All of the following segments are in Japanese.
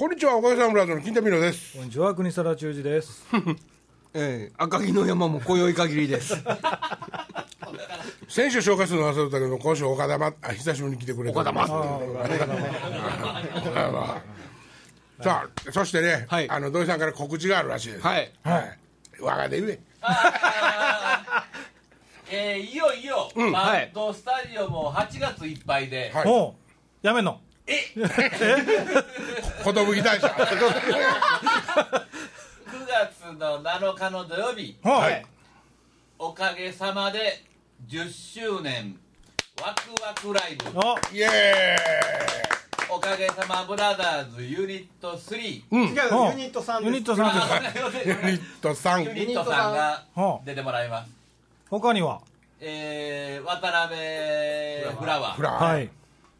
こんにちは、おかげさまブラザーの金田美濃です。 こんにちは、国定忠治です。 赤城の山も今宵限りです。 先週紹介するの忘れたけど、今週岡田久しぶりに来てくれた岡田さあ、そしてね、 はい、 土井さんから告知があるらしいです。 はい、 はい、我がで言え。いよいよ、バンドスタジオも8月いっぱいで、 はい、もうやめんの寿大社9 月の7日の土曜日、 はい、 おかげさまで10周年ワクワクライブ、 イエーイ、 おかげさまブラザーズユニット3、 違う、ユニット3です。 ユニット3 ユニットさんが出てもらいます。 他には渡辺フラワー、 はい、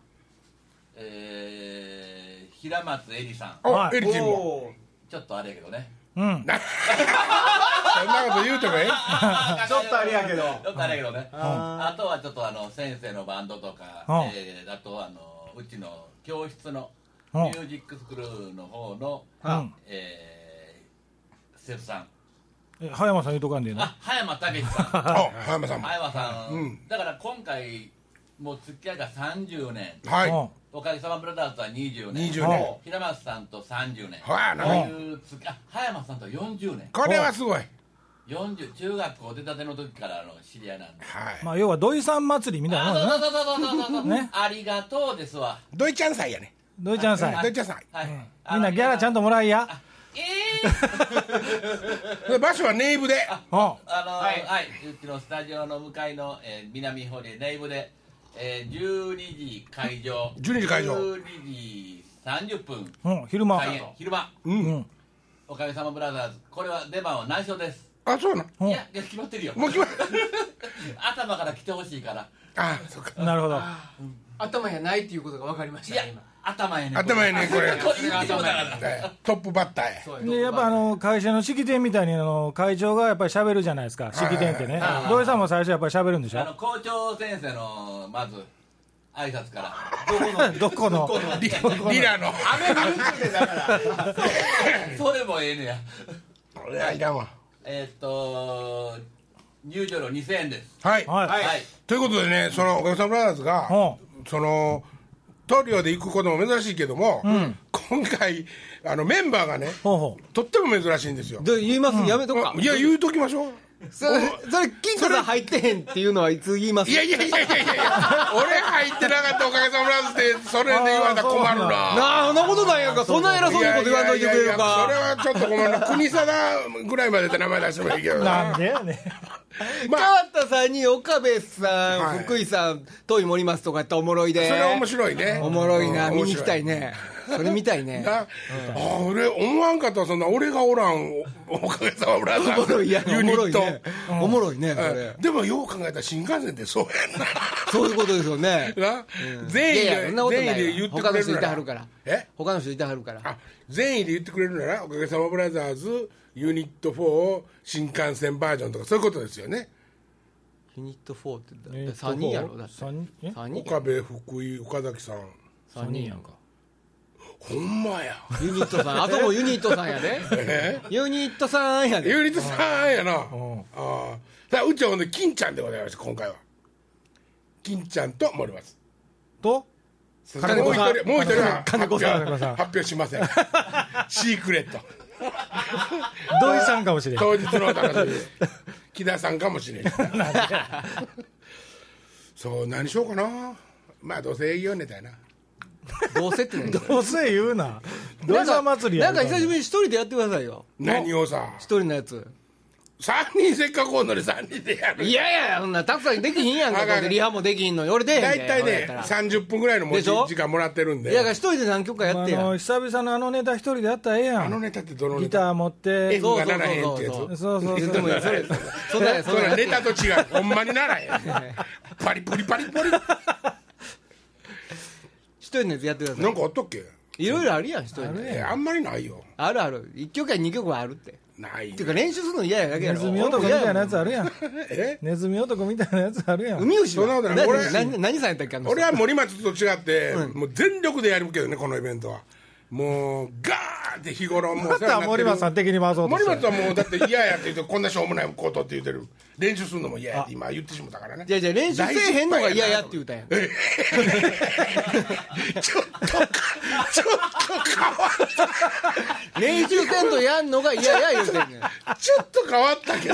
平松絵里さん、エリチンもちょっとあれやけどね、 そんなこと言うてもちょっとあれやけど、 あとはちょっと先生のバンドとか、あとうちの教室のミュージックスクールの方の生徒さん、 葉山さん言うとかんでな、 葉山武さん葉山さん、だから今回もう付き合いが30年、 はい、 おかげさまブラザーズは20年、平松さんと30年、葉山さんと40年、 これはすごい。 40、中学校出たての時からの知り合いなんで、 まあ要は土井さん祭りみたいなもんね。ありがとうですわ。 土井ちゃん祭やね。 土井ちゃん祭、 土井ちゃん祭、 みんなギャラちゃんともらいや。 場所はネイブで、 うちのスタジオの向かいの南ホリネイブで12時会場、12時30分、 昼間、 おかげさまブラザーズ、これは出番は内緒です。 あ、そうなの。 いや決まってるよ、 もう決まって頭から来てほしいから。 あ、そうか、 なるほど。 頭やないっていうことが分かりました。今頭やねん、 これトップバッターや。 でやっぱ会社の式典みたいに会長がやっぱり喋るじゃないですか、式典ってね。土井さんも最初やっぱり喋るんでしょ。 校長先生のまず挨拶から、 どこのリラの雨降るっちゅうねんだからそれもええねや。 いや、いらんわ。 入場料2000円です。 はい、ということでね、そのおかげさまブラザーズがそのトリオで行くことも珍しいけども、今回メンバーがねとっても珍しいんですよ。 言います、やめとくか。 いや、言うときましょう。 それ金太さん入ってへんっていうのはいつ言います？ いや俺入ってなかったおかげさまブラザーズってそれで言われたら困るな。 そんなことないやんか。そんな偉そうなこと言わんといてくれるか。 それはちょっと困るな。国定ぐらいまでって名前出してもいいけどなんでやねん。 川田さんに岡部さん、福井さん、遠い森松とかやったらおもろいで。 それは面白いね。 おもろいな、見に行きたいね。それ見たいね。 俺思わんかった。そんな俺がおらんおかげさまブラザーズユニットおもろいね。 でもよう考えたら新幹線ってそうやんな。 そういうことですよね。 全員で言ってくれるなら、 他の人いてはるから。他の人いてはるから。 全員で言ってくれるならおかげさまブラザーズユニット4新幹線バージョンとかそういうことですよね。 ユニット4って3人やろ。だって 3人。岡部、福井、岡崎さん 3人やんか。 ほんまや。 ユニットさん、あともユニットさんやで。ユニットさんやで。 ユニットさんやな。さあ、うちはほんで金ちゃんでございました。今回は金ちゃんと森松ともう一人は金子さん発表しません。シークレット。 土井さんかもしれん。 当日のお楽しみです。木田さんかもしれん。そう、何しようかな。まあどうせ営業ネタやな。 どうせって何？ どうせ言うな。土井さん祭りや。 なんか久しぶりに一人でやってくださいよ。 何をさ。 一人のやつ。 3人せっかくおんのに3人でやる。 いやそんなたくさんできひんやんか。リハもできひんのに俺でへんで。 大体ね30分ぐらいの持ち時間もらってるんで。 いや一人で何曲かやってや。 久々のネタ一人でやったらええやん。 ネタってどのネタ？ ギター持って F がならへんってやつ。 そうでもそれネタと違う。ほんまにならへん。パリポリパリポリ。 一人のやつやってください。 なんかあったっけ？ いろいろあるやん、一人で。あんまりないよ。 あるある。1曲や2曲はあるって。 ない。 っていうか練習するの嫌やだけやろ。 ネズミ男みたいなやつあるやん。ネズミ男みたいなやつあるやん。 海牛は何さんやったっけ？ 俺は森松と違ってもう全力でやるけどね、このイベントは。 もうガーって日頃もうまた森松さん的に回そうと森して松はもうだって嫌やって言うとこんなしょうもないことって言ってる練習するのも嫌やって今言ってしもたからね。 じゃあ練習せえへんのが嫌やって言うたんやん。 ちょっと変わった練習せんとやんのが嫌や言うてんねん。 ちょっと変わったけど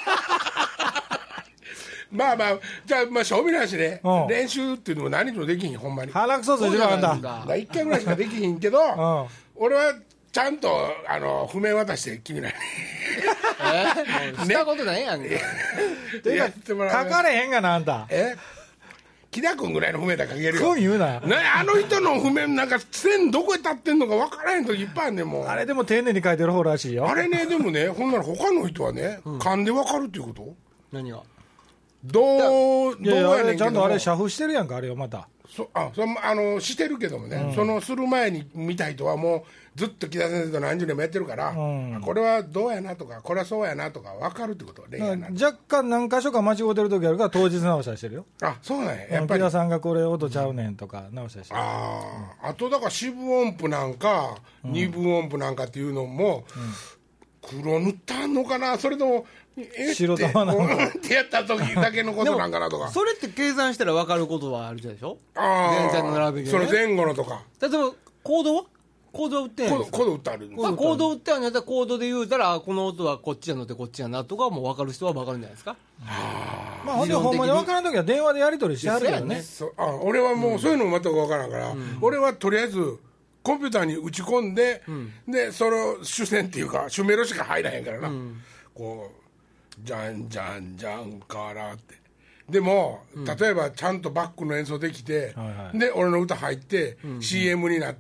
まあまあじゃあまあしょうみないしね、練習っていうのも何もできひんほんまに腹くそついてるんだ。 1回ぐらいしかできひんけど、俺はちゃんと譜面渡して君らにもうしたことないやんか。 やってもらう。 書かれへんがなあんた。 木田君ぐらいの譜面だけ書けるよ。 君言うな。 あの人の譜面なんか線どこへ立ってんのか分からへん時いっぱいあんねんもん。 あれでも丁寧に書いてる方らしいよ。 あれねでもねほんなら他の人はね、勘で分かるっていうこと？ 何が？ どういやいややねんけどもちゃんとあれ写譜してるやんかあれよまた。 してるけどもね、そのする前に見た人はもうずっと木田先生と何十年もやってるから、これはどうやなとかこれはそうやなとか分かるってこと。 若干何箇所か間違うてる時あるから当日直したりしてるよ。 あそうなんややっぱり。 木田さんがこれ音ちゃうねんとか直したりしてる。 あとだから四分音符なんか、二分音符なんかっていうのも、黒塗ったんのかなそれとも白玉なのかってやった時だけのことなんかなとかそれって計算したら分かることはあるじゃないでしょ。 前座の並びでね。 その前後のとか。 例えばコードはコードは売ってないんですか。 コード売ってあるんです。 コード売ってあるんやったらコードで言うたらこの音はこっちやのってこっちやなとかもう分かる人は分かるんじゃないですか。 まあほんでほんまに分からん時は電話でやり取りしてはるけどね。 俺はもうそういうのも全く分からんから、俺はとりあえずコンピューターに打ち込んで、でその主線っていうか主メロしか入らへんからな、こうじゃんじゃんじゃんからって。でも、例えばちゃんとバックの演奏できて、で俺の歌入って、CM になって、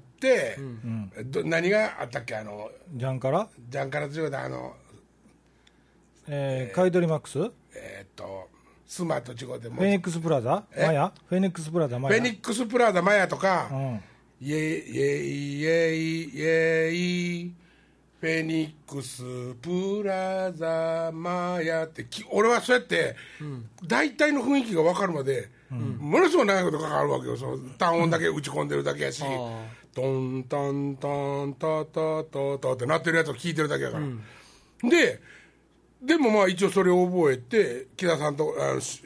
何があったっけジャンカラというか買い取りマックススマート違うでもフェニックスプラザマヤフェニックスプラザマヤフェニックスプラザマヤとか、イェイイェイイェイイェイフェニックスプラザマヤって俺はそうやって、大体の雰囲気が分かるまで、ものすごい長いことかかるわけよ。その単音だけ打ち込んでるだけやし、トンタンタンタタタタってなってるやつを聞いてるだけやから、でもまあ一応それを覚えて木田さんと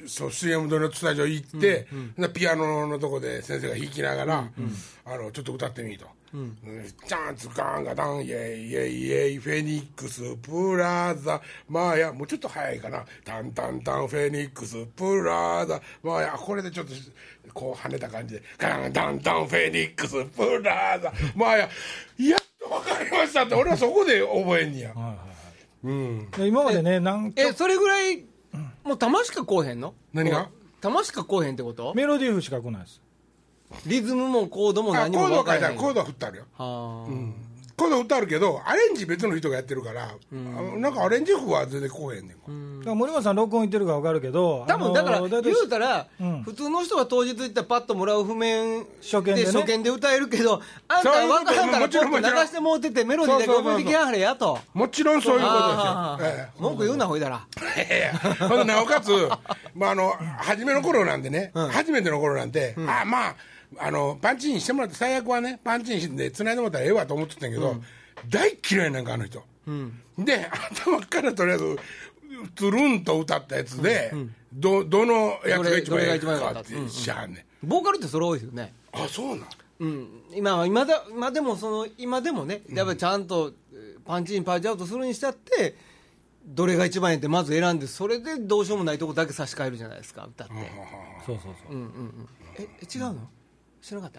CM 撮りのスタジオ行って、ピアノのとこで先生が弾きながら、ちょっと歌ってみと。チャンツガンガダンイェイイェイイェイフェニックスプラザマヤもうちょっと早いかなタンタンタンフェニックスプラザマヤこれでちょっとこう跳ねた感じでガンタンタンフェニックスプラザマヤやっと分かりましたって俺はそこで覚えんにや。 今までねそれぐらいもう玉しかこうへんの。 何が玉しかこうへんってこと。 メロディー譜しか来ないです。 リズムもコードも何も分からへん。 コードは振ってあるよ。コード振ってあるけどアレンジ別の人がやってるから、なんかアレンジ譜は全然こうへんねん。 森本さん録音言ってるか分かるけど多分だから言うたら、普通の人が当日行ったらパッともらう譜面初見で歌えるけどあんたは分からんからポッと流してもうててメロディーだけ覚えてきやがれやと。 もちろんそういうことですよ。 文句言うなほいだら。 なおかつ初めの頃なんでね、初めての頃なんでまあパンチインしてもらって最悪はねパンチインして繋いでもらったらええわと思ってたんやけど、大嫌いなんかあの人、で頭からとりあえずつるんと歌ったやつで、どのやつが一番いいかってしゃあね。 ボーカルってそれ多いですよね。 あそうなん。 今でもねやっぱりちゃんとパンチインパンチアウトするにしたってどれが一番いいってまず選んでそれでどうしようもないとこだけ差し替えるじゃないですか歌って。 そう違うの知らなかった。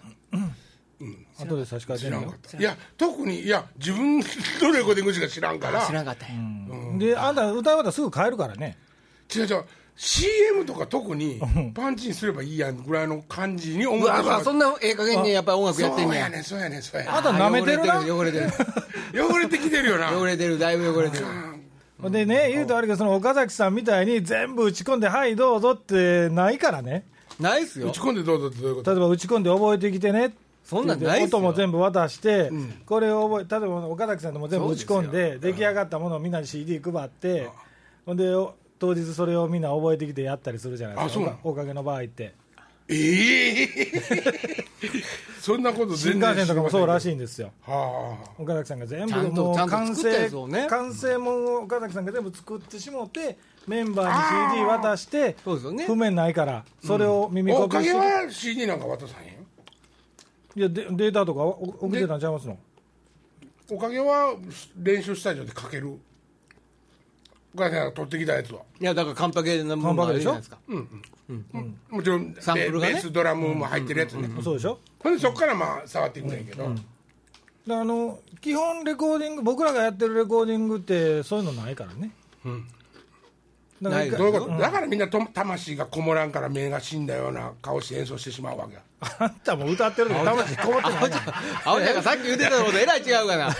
後で差し替えてるよ。 いや特に自分のレコーディングしか知らんから知らなかったであんた歌い終わったらすぐ変えるからね。 違う CM とか特にパンチにすればいいやんぐらいの感じに思ってうわそんな加減にやっぱり音楽やってんねや。 そうやねんあんた舐めてるな。 汚れてる汚れてきてるよな。 汚れてるだいぶ汚れてる。 でね言うとあるけどその岡崎さんみたいに全部打ち込んではいどうぞってないからね。 ないっすよ。 打ち込んでどうぞってどういうこと。 例えば打ち込んで覚えてきてねそんなんないっすよ。 音も全部渡して、これを例えば岡崎さんでも全部打ち込んで出来上がったものをみんなに CD 配って、ほんで当日それをみんな覚えてきてやったりするじゃないですか。おかげの場合ってそんなこと新幹線とかもそうらしいんですよ。 はあ、 岡崎さんが全部もう完成もんを岡崎さんが全部作ってしもってメンバーに CD 渡してそうですよね、 譜面ないからそれを耳コピして、 おかげは CD なんか渡さへんよ。 いやデータとか送ってたんちゃいますの？ おかげは練習スタジオでかける。おかげが取ってきたやつは。 いやだからカンパケなものもあるじゃないですか。 もちろんサンプルがねベースドラムも入ってるやつね。 そうでしょ。 ほんでそこからまあ触っていくんやけど、 基本レコーディング僕らがやってるレコーディングってそういうのないからね。だからないどういうこと、だからみんな魂がこもらんから目が死んだような顔して演奏してしまうわけや。 あんたも歌ってる時魂こもってないな。 青ちゃんがさっき言ってたことえらい違うかな。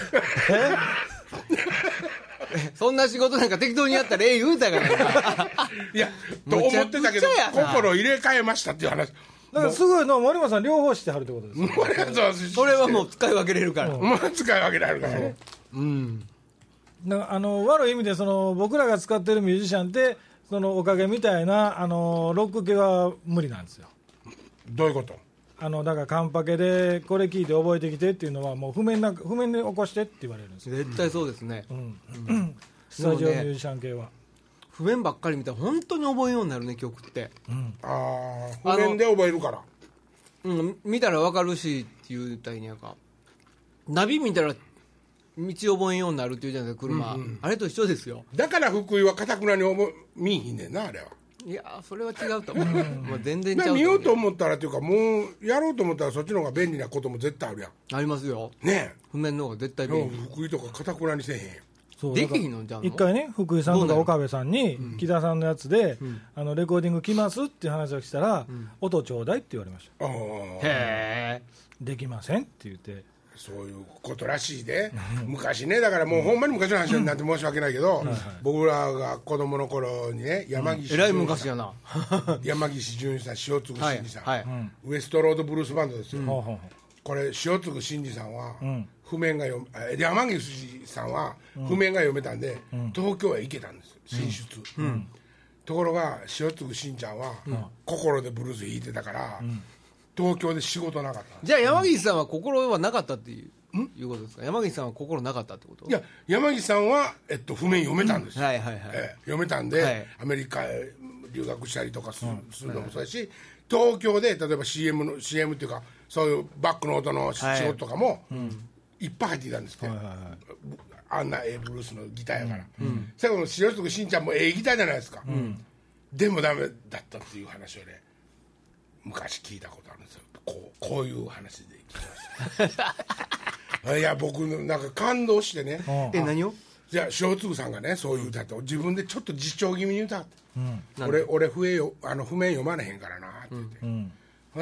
そんな仕事なんか適当にやったら言うたからいやと思ってたけど心入れ替えましたっていう話。 だからすごいの森本さん両方してはるってことですよ。 それはもう使い分けれるから、 もう使い分けられるからね。 だから悪い意味で僕らが使ってるミュージシャンってそのおかげみたいなロック系は無理なんですよ。 どういうこと？ だからカンパケでこれ聞いて覚えてきてっていうのはもう譜面で起こしてって言われるんですよ。 絶対そうですね、 スタジオミュージシャン系は譜面ばっかり見たら本当に覚えようになるね曲って、 ああ譜面で覚えるから、 見たら分かるしって言うたらいいんやか。ナビ見たら道覚えようになるっていうじゃないですか車、あれと一緒ですよ。 だから福井はかたくなに見えひんねんなあれは。 いやそれは違うと思う、まあ全然ちゃうと思う。 見ようと思ったらというかもうやろうと思ったらそっちの方が便利なことも絶対あるやん。 ありますよねえ、 譜面の方が絶対でも便利。 福井とかかたくなにせえへんやん。 そうできひんのじゃんの一回ね福井さんとか岡部さんに木田さんのやつで、レコーディング来ますっていう話をしたら、音ちょうだいって言われました。 ああへえ。 できませんって言って。 そういうことらしいで昔ね、だからもうほんまに昔の話になって申し訳ないけど、僕らが子供の頃にね山岸えらい昔やな山岸淳一さん、塩継真二さん、 はいウエストロードブルースバンドですよ、これ塩継真二さんは譜面が山岸さんは譜面が読めたんで、東京へ行けたんです進出、ところが塩継真ちゃんは心でブルース弾いてたから、東京で仕事なかった。 じゃあ山岸さんは心はなかったっていうことですか。山岸さんは心なかったってこと。 いや山岸さんは、譜面読めたんですよ、 はいはいはい、 読めたんで、 はい、 アメリカへ留学したりとかするのもそうだし、東京で例えば CM っていうかそういうバックの音の仕事とかも、いっぱい入っていたんですけど、あんなブルースのギターやから、最後の塩継真ちゃんもギターじゃないですか、でもダメだったっていう話をね昔聞いたことあるんですよ。こういう話で聞きましたいや僕なんか感動してね、 何をじゃあ塩継さんがねそういう歌って自分でちょっと自重気味に歌って、俺譜面読まれへんからなって言って、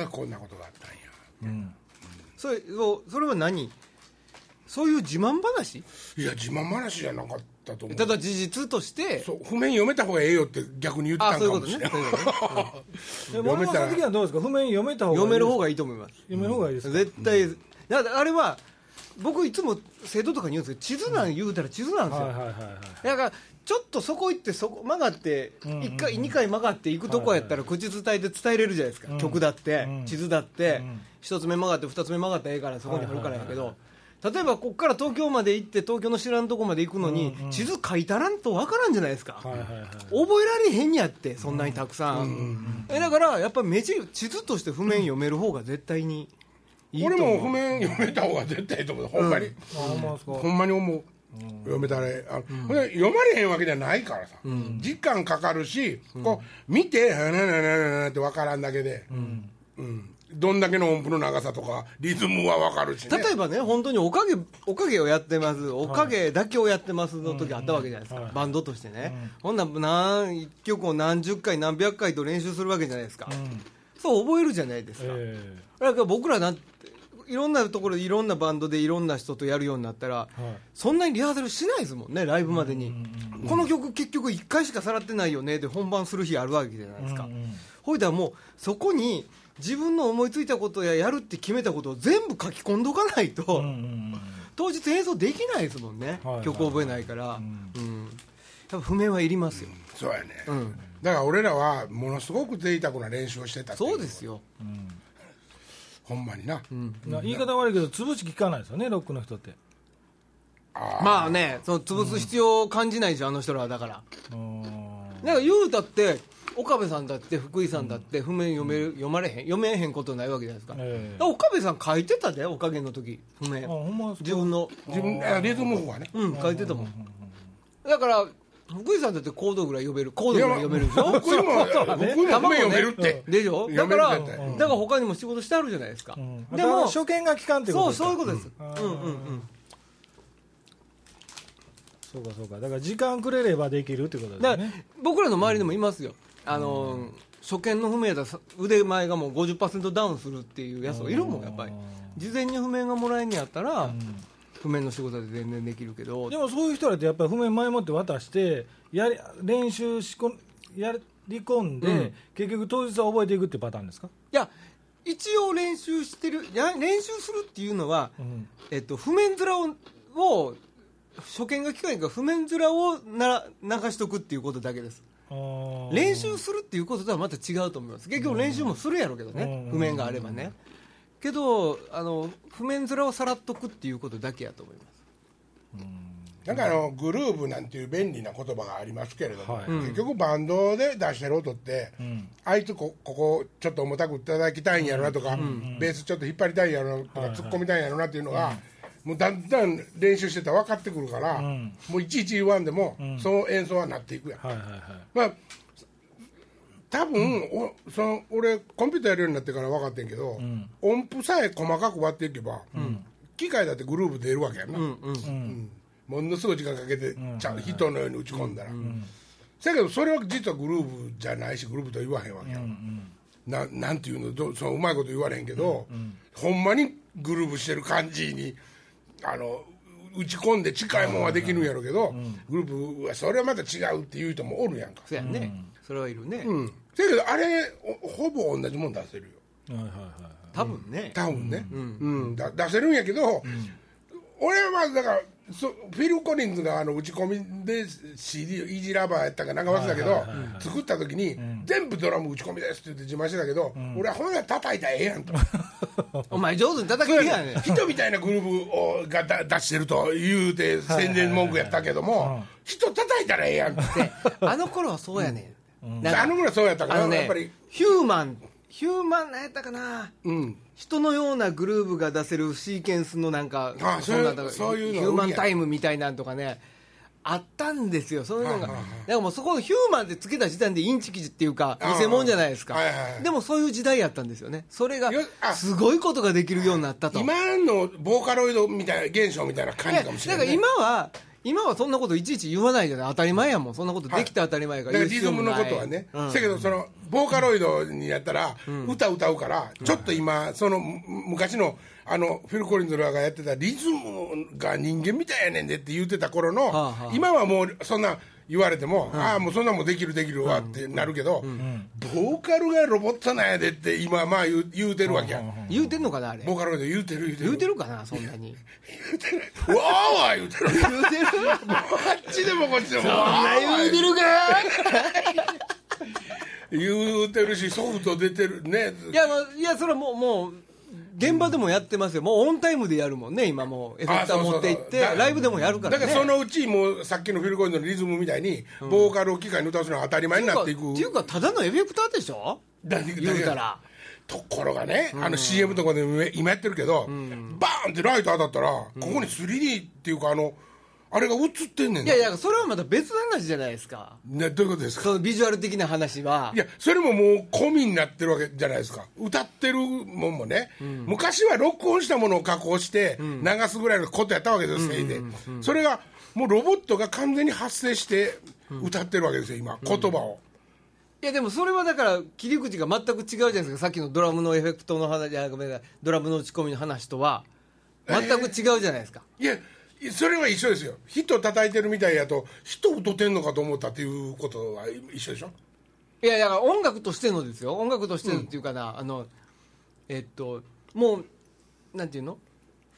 こんなことがあったんや、 それは何、そういう自慢話。 いや自慢話じゃなかったと思う。 ただ事実としてそう譜面読めた方がええよって逆に言ったんかもしれない。 森本さん的にはどうですか。譜面読めた方がいい。 読める方がいいと思います。 読める方がいいですか。 絶対、だからあれは僕いつも生徒とかに言うんですけど、地図なん言うたら地図なんですよ。だからちょっとそこ行ってそこ曲がって1回2回曲がっていくとこやったら口伝えで伝えれるじゃないですか。曲だって地図だって1つ目曲がって2つ目曲がったらええからそこに貼るからやけど、例えばここから東京まで行って東京の知らんとこまで行くのに地図書いたらんと分からんじゃないですか。覚えられへんやってそんなにたくさん。だからやっぱり地図として譜面読める方が絶対にいいと思う。 俺も譜面読めた方が絶対いいと思う。ほんまにほんまに思う。読めたら読まれへんわけじゃないからさ、時間かかるし、こう見てなななななって分からんだけで、どんだけの音符の長さとかリズムは分かるしね。 例えばね本当におかげをやってますおかげだけをやってますの時あったわけじゃないですか、バンドとしてね、ほんなら1曲を何十回何百回と練習するわけじゃないですか、そう覚えるじゃないですか、だから僕らなんていろんなところでいろんなバンドでいろんな人とやるようになったら、そんなにリハーサルしないですもんねライブまでに、この曲結局1回しかさらってないよねで本番する日あるわけじゃないですか、ほいだらもうそこに自分の思いついたことややるって決めたことを全部書き込んどかないと、当日演奏できないですもんね、曲覚えないから、やっぱ譜面はいりますよ、 そうやね、 だから俺らはものすごく贅沢な練習をしてたっていう。 そうですよ、 ほんまにな、 言い方悪いけど潰し効かないですよねロックの人って。 まあね、その潰す必要を感じないでしょ、あの人らは。だから言うたって岡部さんだって福井さんだって譜面読めへんことないわけじゃないですか。岡部さん書いてたで、おかげの時譜面、自分リズム譜はね、 書いてたもん。だから福井さんだってコードぐらい読める、コードぐらい読めるでしょ。 僕も譜面読めるってでしょ。だから他にも仕事してあるじゃないですか。 でも初見が効かんってことですか。 そういうことです。 そうかだから時間くれればできるってことですね。 僕らの周りでもいますよ、初見の譜面やったら腕前がもう 50% ダウンするっていうやつがいるもん。やっぱり事前に譜面がもらえんやったら、譜面の仕事で全然できるけど。 でもそういう人らってやっぱり譜面前もって渡して練習やり込んで、結局当日は覚えていくっていうパターンですか。 いや一応練習してる、練習するっていうのは、譜面面を初見が聞かないから譜面面を流しとくっていうことだけです。練習するっていうこととはまた違うと思います。結局練習もするやろうけどね、譜面があればね。けど譜面面をさらっとくっていうことだけやと思います。 なんかグルーブなんていう便利な言葉がありますけれども、結局バンドで出してる音って、あいつここちょっと重たくいただきたいんやろなとか、ベースちょっと引っ張りたいんやろなとか、突っ込みたいんやろなっていうのが、もうだんだん練習してたら分かってくるから、もういちいち言わんでも、その演奏はなっていくやん。まあ多分俺コンピューターやるようになってから分かってんけど、音符さえ細かく割っていけば、機械だってグルーブ出るわけやんな。ものすごい時間かけてちゃんと人のように打ち込んだら、だけどそれは実はグルーブじゃないし、グルーブとは言わへんわけやん。なんていうの、そのうまいこと言われへんけど、ほんまにグルーブしてる感じに打ち込んで近いもんはできるんやろうけど、グループはそれはまた違うっていう人もおるやんか。 そうやね、それはいるね。 だけどあれほぼ同じもん出せるよ、 多分ね、 出せるんやけど、俺はだからフィル・コリンズが打ち込みで CD イージーラバーやったかなんか忘れたけど、作った時に全部ドラム打ち込みですって言って自慢してたけど、俺はほんなら叩いたらええやんとお前上手に叩けるやんね人みたいなグルーブが出してると言うて宣伝文句やったけども、人叩いたらええやんってあの頃はそうやねん、 あの頃はそうやったから、やっぱりヒューマンなんやったかな、人のようなグルーブが出せるシーケンスのなんかそういうのヒューマンタイムみたいなんとかねあったんですよ。そういうのがだからもうそこのヒューマンでつけた時点でインチキっていうか偽物じゃないですか。でもそういう時代やったんですよね。それがすごいことができるようになったと。 今のボーカロイドみたいな現象みたいな感じかもしれない、ね、 だから今はそんなこといちいち言わないじゃない。当たり前やもん。そんなことできて当たり前から言う必要もない。だからリズムのことはね、だけどそのボーカロイドにやったら歌歌うから、ちょっと今その昔のフィル・コリンズらがやってたリズムが人間みたいやねんでって言ってた頃の、今はもうそんな言われても、ああもうそんなんもできるわってなるけど、ボーカルがロボットなんやでって今まあ言うてるわけや。 言うてんのかなあれ。 ボーカロイド言うてるかなそんなに言うてるわーわー言うてるあっちでもこっちでもそんな言うてるか言うてるしソフト出てるね。 いやそれはもう現場でもやってますよ。もうオンタイムでやるもんね今。もうエフェクター持っていってライブでもやるからね。 だからそのうちもうさっきのフィル・コリンズのリズムみたいにボーカルを機械に歌わすのは当たり前になっていく。 っていうかただのエフェクターでしょ言うたら。 ところがね、CM とかで今やってるけど、バーンってライト当たったら、ここに 3D っていうかあれが映ってんねん。 いやそれはまた別の話じゃないですか。 ね、どういうことですか。 そのビジュアル的な話は。 いやそれももう込みになってるわけじゃないですか。歌ってるもんもね、昔は録音したものを加工して流すぐらいのことやったわけですよ、せいで。それがもうロボットが完全に発生して歌ってるわけですよ今、言葉を。 いやでもそれはだから切り口が全く違うじゃないですか。さっきのドラムのエフェクトの話、ごめんなさい、ドラムの打ち込みの話とは全く違うじゃないですか。 いやそれは一緒ですよ。人叩いてるみたいやと人歌ってんのかと思ったっていうことは一緒でしょ。いやだから音楽としてのですよ。音楽としてのっていうかな、もうなんていうの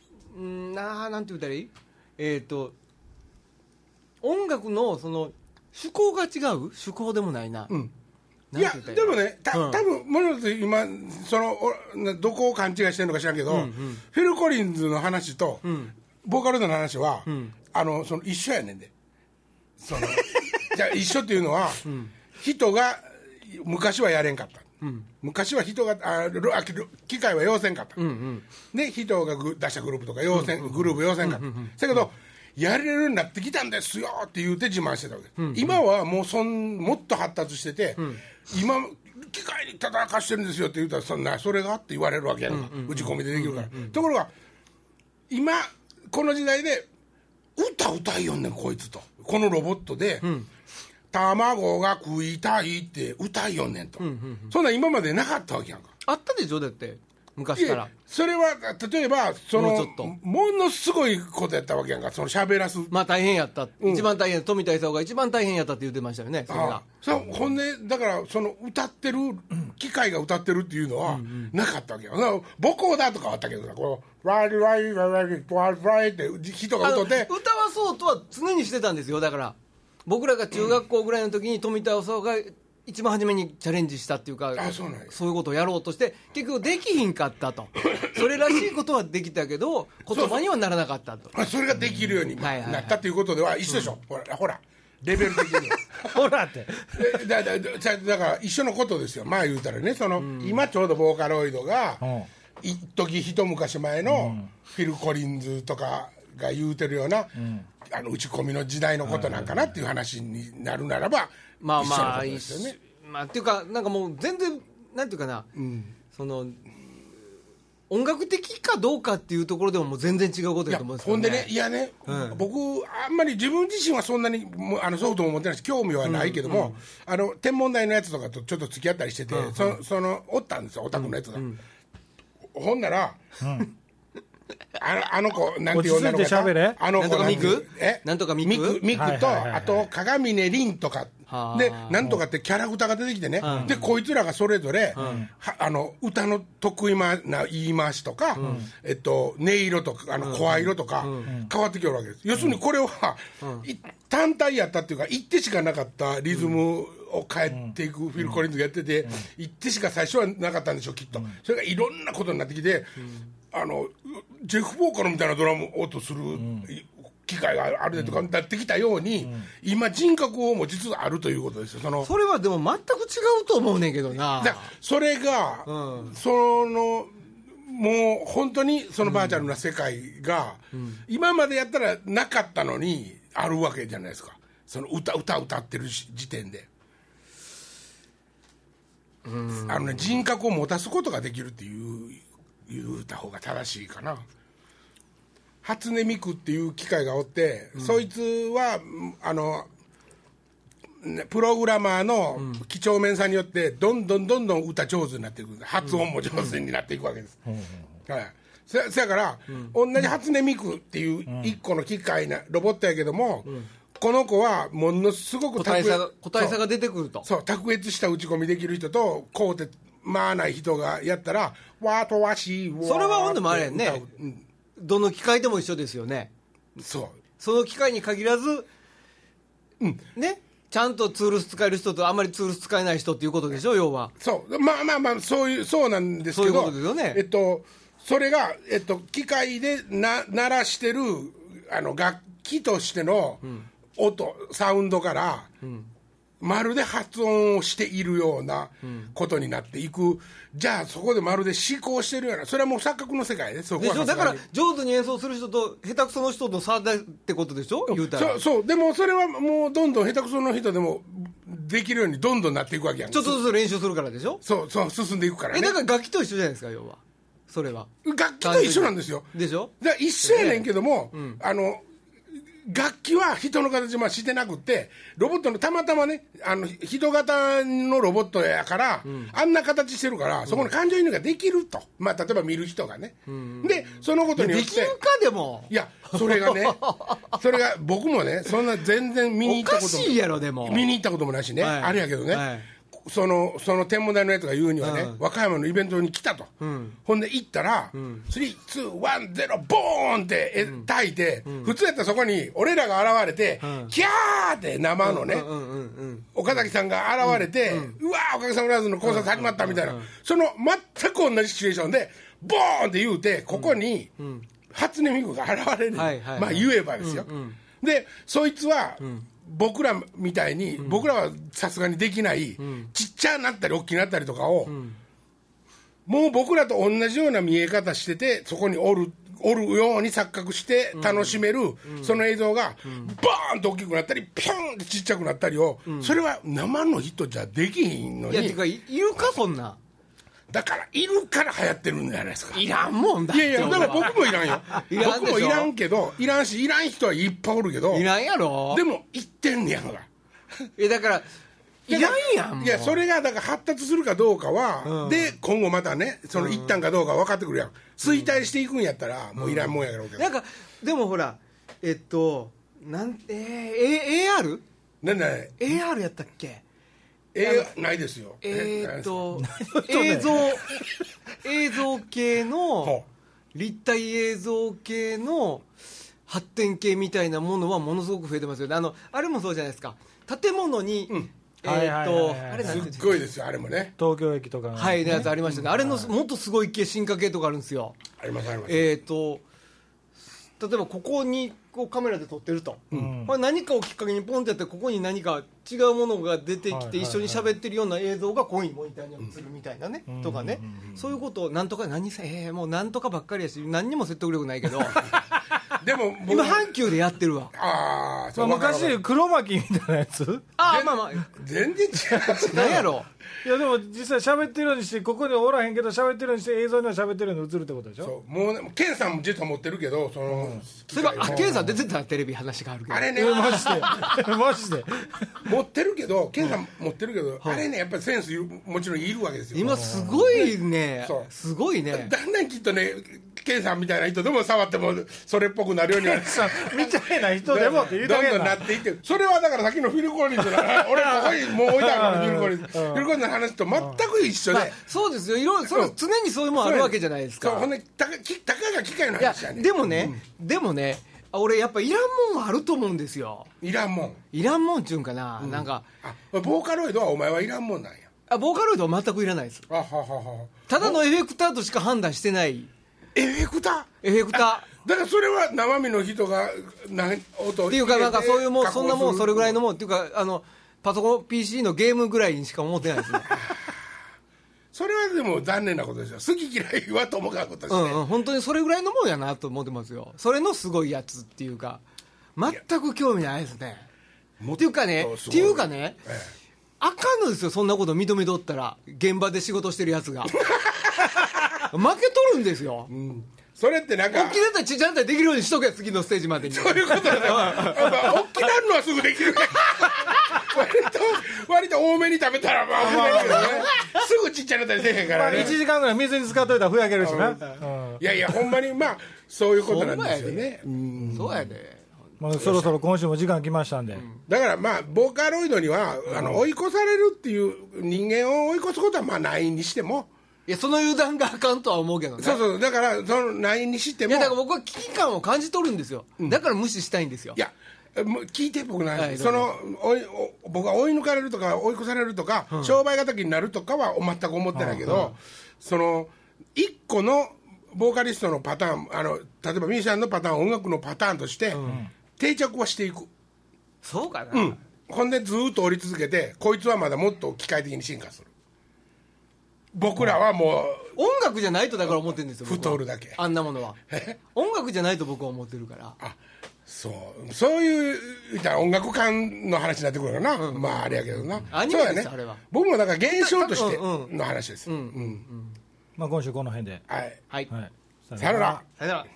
なんて言ったらいい、音楽のその趣向が違う趣向でもないな、 いやでもね多分ものすごい今どこを勘違いしてるのか知らんけど、フィル・コリンズの話と、ボーカロイドの話は、その一緒やねんでじゃあ一緒っていうのは、人が昔はやれんかった、昔は人が機械は要せんかった、で人が出したグループとかグループ要せんかった、だけどやれるようになってきたんですよって言うて自慢してたわけ、今はもうもっと発達してて、今機械に叩かしてるんですよって言ったらそれがって言われるわけやんか、打ち込みでできるから、ところが今この時代で歌いよんねんこいつと、このロボットで、卵が食いたいって歌いよんねんと、そんなん今までなかったわけやんか。 あったでしょだって昔から。 それは例えばものすごいことやったわけやんか、その喋らす。 まあ大変やった、一番大変、富田勲が一番大変やったって言ってましたよね、それが。 ほんでだから歌ってる機械が歌ってるっていうのはなかったわけよ。母校だとかあったけどな、こうライライライライって人が歌って歌わそうとは常にしてたんですよ。だから僕らが中学校ぐらいの時に富田勲が一番初めにチャレンジしたっていうか、そういうことをやろうとして結局できひんかったとそれらしいことはできたけど言葉にはならなかったと。 それができるようになったということでは一緒でしょ、ほらレベル的にほらってだから一緒のことですよ。まあ言うたらね、今ちょうどボーカロイドが一時一昔前のフィル・コリンズとかが言うてるような、打ち込みの時代のことなんかなっていう話になるならば、 まあまあっていうかなんかもう全然なんていうかな、音楽的かどうかっていうところでももう全然違うことだと思うんですよね。 ほんでね、いやね、僕あんまり自分自身はそんなにソフトも持ってないし興味はないけども、天文台のやつとかとちょっと付き合ったりしてて、おったんですよオタクのやつが、ほんなら、あの子なんていう女の子やった、 あの子ミクと、あと鏡音凛とかでなんとかってキャラクターが出てきてね、でこいつらがそれぞれ歌の得意な言い回しとか、音色とか声色とか変わってきてるわけです。要するにこれは単体やったっていうか一手しかなかったリズムを変えていくフィル・コリンズがやってて、一手しか最初はなかったんでしょうきっと。それがいろんなことになってきて、ジェフ・ボーカルみたいなドラム音する機会があるでとかなってきたように、今人格を持ちつつあるということですよ。 それはでも全く違うと思うねんけどな。 それが、もう本当にそのバーチャルな世界が、今までやったらなかったのにあるわけじゃないですか、その歌ってる時点で。人格を持たすことができるって言うた方が正しいかな。初音ミクっていう機械がおって、そいつはプログラマーの几帳面さによってどんどん歌上手になっていく、発音も上手になっていくわけです。そやから、同じ初音ミクっていう一個の機械なロボットやけども、この子はものすごく個体差が出てくると。 そう、卓越した打ち込みできる人とこうてまあない人がやったらわとわしわーって。 それはほんでもあれやんね、どの機械でも一緒ですよね。その機械に限らず、ね、ちゃんとツールス使える人とあんまりツールス使えない人っていうことでしょ、要は。 まあそうなんですけど、 そういうことですよね。 それが、機械で鳴らしてる楽器としての音、サウンドから、まるで発音をしているようなことになっていく、じゃあそこでまるで思考してるような、それはもう錯覚の世界で、そこはだから上手に演奏する人と下手くその人の差だってことでしょ、言うたら。 そうでもそれはもうどんどん下手くその人でもできるようにどんどんなっていくわけやん。 ちょっとずつ練習するからでしょ。 そう進んでいくからね。 だから楽器と一緒じゃないですか、要は。それは楽器と一緒なんですよ。 でしょ。 だから一緒やねんけども、楽器は人の形してなくって、ロボットのたまたまね、人型のロボットやから、あんな形してるから、そこの感情移入ができると。まあ、例えば見る人がね。で、そのことによって。 できるか、でも。 いや、それが僕もね、そんな全然見に行ったことも。 おかしいやろ、でも。 見に行ったこともないしね、あれやけどね。 その天文台のやつが言うにはね、和歌山のイベントに来たと、ほんで行ったら、3、2、1、0ボーンって炊いて、普通やったらそこに俺らが現れて、キャーって生のね、岡崎さんが現れて、うわー、おかげさまでのコンサート始まったみたいな、その全く同じシチュエーションで、ボーンって言うて、ここに初音ミクが現れる、まあ言えばですよ。で、そいつは、僕らみたいに、僕らはさすがにできない、ちっちゃなったり大きくなったりとかを、もう僕らと同じような見え方してて、そこにおるように錯覚して楽しめる、その映像がバーンと大きくなったりピョンってちっちゃくなったりを、それは生の人じゃできひんのに。 いやてかいるかそんな。 だからいるから流行ってるんじゃないですか。 いらんもんだって。 いやいや、だから僕もいらんよ。僕もいらんけど、いらんし、いらん人はいっぱいおるけど、 いらんやろ。 でも言ってんねやんか。 だからいらんやん。 いや、それがだから発達するかどうかは、で今後またね、その一旦かどうか分かってくるやん。衰退していくんやったらもういらんもんやろうけど、 なんかでもほらAR？ なんだ AR やったっけ。 ないですよ。 映像系の立体映像系の発展系みたいなものはものすごく増えてますよね。あれもそうじゃないですか。建物に、あれなんてすっごいですよ、あれもね。 東京駅とかはいのやつありましたね。あれのもっとすごい系進化系とかあるんですよ。 ありますあります。 例えばここにこうカメラで撮ってると、これ何かをきっかけにポンってやってここに何か違うものが出てきて一緒に喋ってるような映像がここにモニターに映るみたいなね、とかね、そういうことをなんとかもうなんとかばっかりやし何にも説得力ないけどでも今阪急でやってるわ。 昔黒巻みたいなやつ。 まあ全然違う。 何やろ。 いやでも実際喋ってるようにして、ここにおらへんけど喋ってるようにして映像には喋ってるように映るってことでしょ。 そうもうね、ケンさんも実は持ってるけど、それがケンさん出てたテレビ話があるけど、 あれね、 マジで持ってるけど、ケンさん持ってるけど、あれね、やっぱりセンスもちろんいるわけですよ。 今すごいね、すごいね。 だんだんきっとね、ケンさんみたいな人でも触ってもそれっぽくなるようになる。 みたいな人でもって言うとどんどんなっていって、それはだからさっきのフィル・コリンズの俺ここにもう置いてあるフィル・コリンズの話と全く一緒で、 そうですよ。いろいろ常にそういうもんあるわけじゃないですか。 ほんでたかが機械の話やね。 でもね、俺やっぱいらんもんあると思うんですよ。 いらんもんっちゅうんかな、なんかボーカロイドはお前はいらんもんなんや。 ボーカロイドは全くいらないです。ただのエフェクターとしか判断してない。 エフェクターだからそれは生身の人が音っていうか、なんかそういうもん、そんなもん、それぐらいのもんっていうか、パソコン PC のゲームぐらいにしか思ってないですね。 それはでも残念なことですよ。好き嫌いはともかくとして、 本当にそれぐらいのもんやなと思ってますよ。それのすごいやつっていうか、全く興味ないですね。っていうかね、あかんのですよ、そんなこと認めとったら。現場で仕事してるやつが負けとるんですよ。 それってなんか大きなったらちっちゃなったらできるようにしとけ、次のステージまでに。 そういうことだね。大きなるのはすぐできるね。割と多めに食べたらまあすぐちっちゃなったりせえへんからね。 1時間ぐらい水に浸かっといたらふやけるしな。 いやいや、ほんまにまあそういうことなんですよね。 そうやで。 そろそろ今週も時間来ましたんで、 だからまあボーカロイドには追い越されるっていう、人間を追い越すことはまあないにしても、 いや、その油断があかんとは思うけどね。 そうだからそのないにしても、 いやだから僕は危機感を感じ取るんですよ。だから無視したいんですよ。 いや聞いて、僕なんです、僕は追い抜かれるとか追い越されるとか、商売敵になるとかは全く思ってないけど、その一個のボーカリストのパターン、例えばミュージシャンのパターン、音楽のパターンとして、定着はしていく。 そうかな。 ほんでずっと折り続けて、こいつはまだもっと機械的に進化する。僕らはもう音楽じゃないとだから思ってるんですよ。 太るだけ、 あんなものは音楽じゃないと僕は思ってるから。 そういう言ったら音楽観の話になってくるよな。まああれやけどな。 アニメです、あれは。 僕もだから現象としての話です。 まあ今週この辺で、 はい。 さよなら。 さよなら。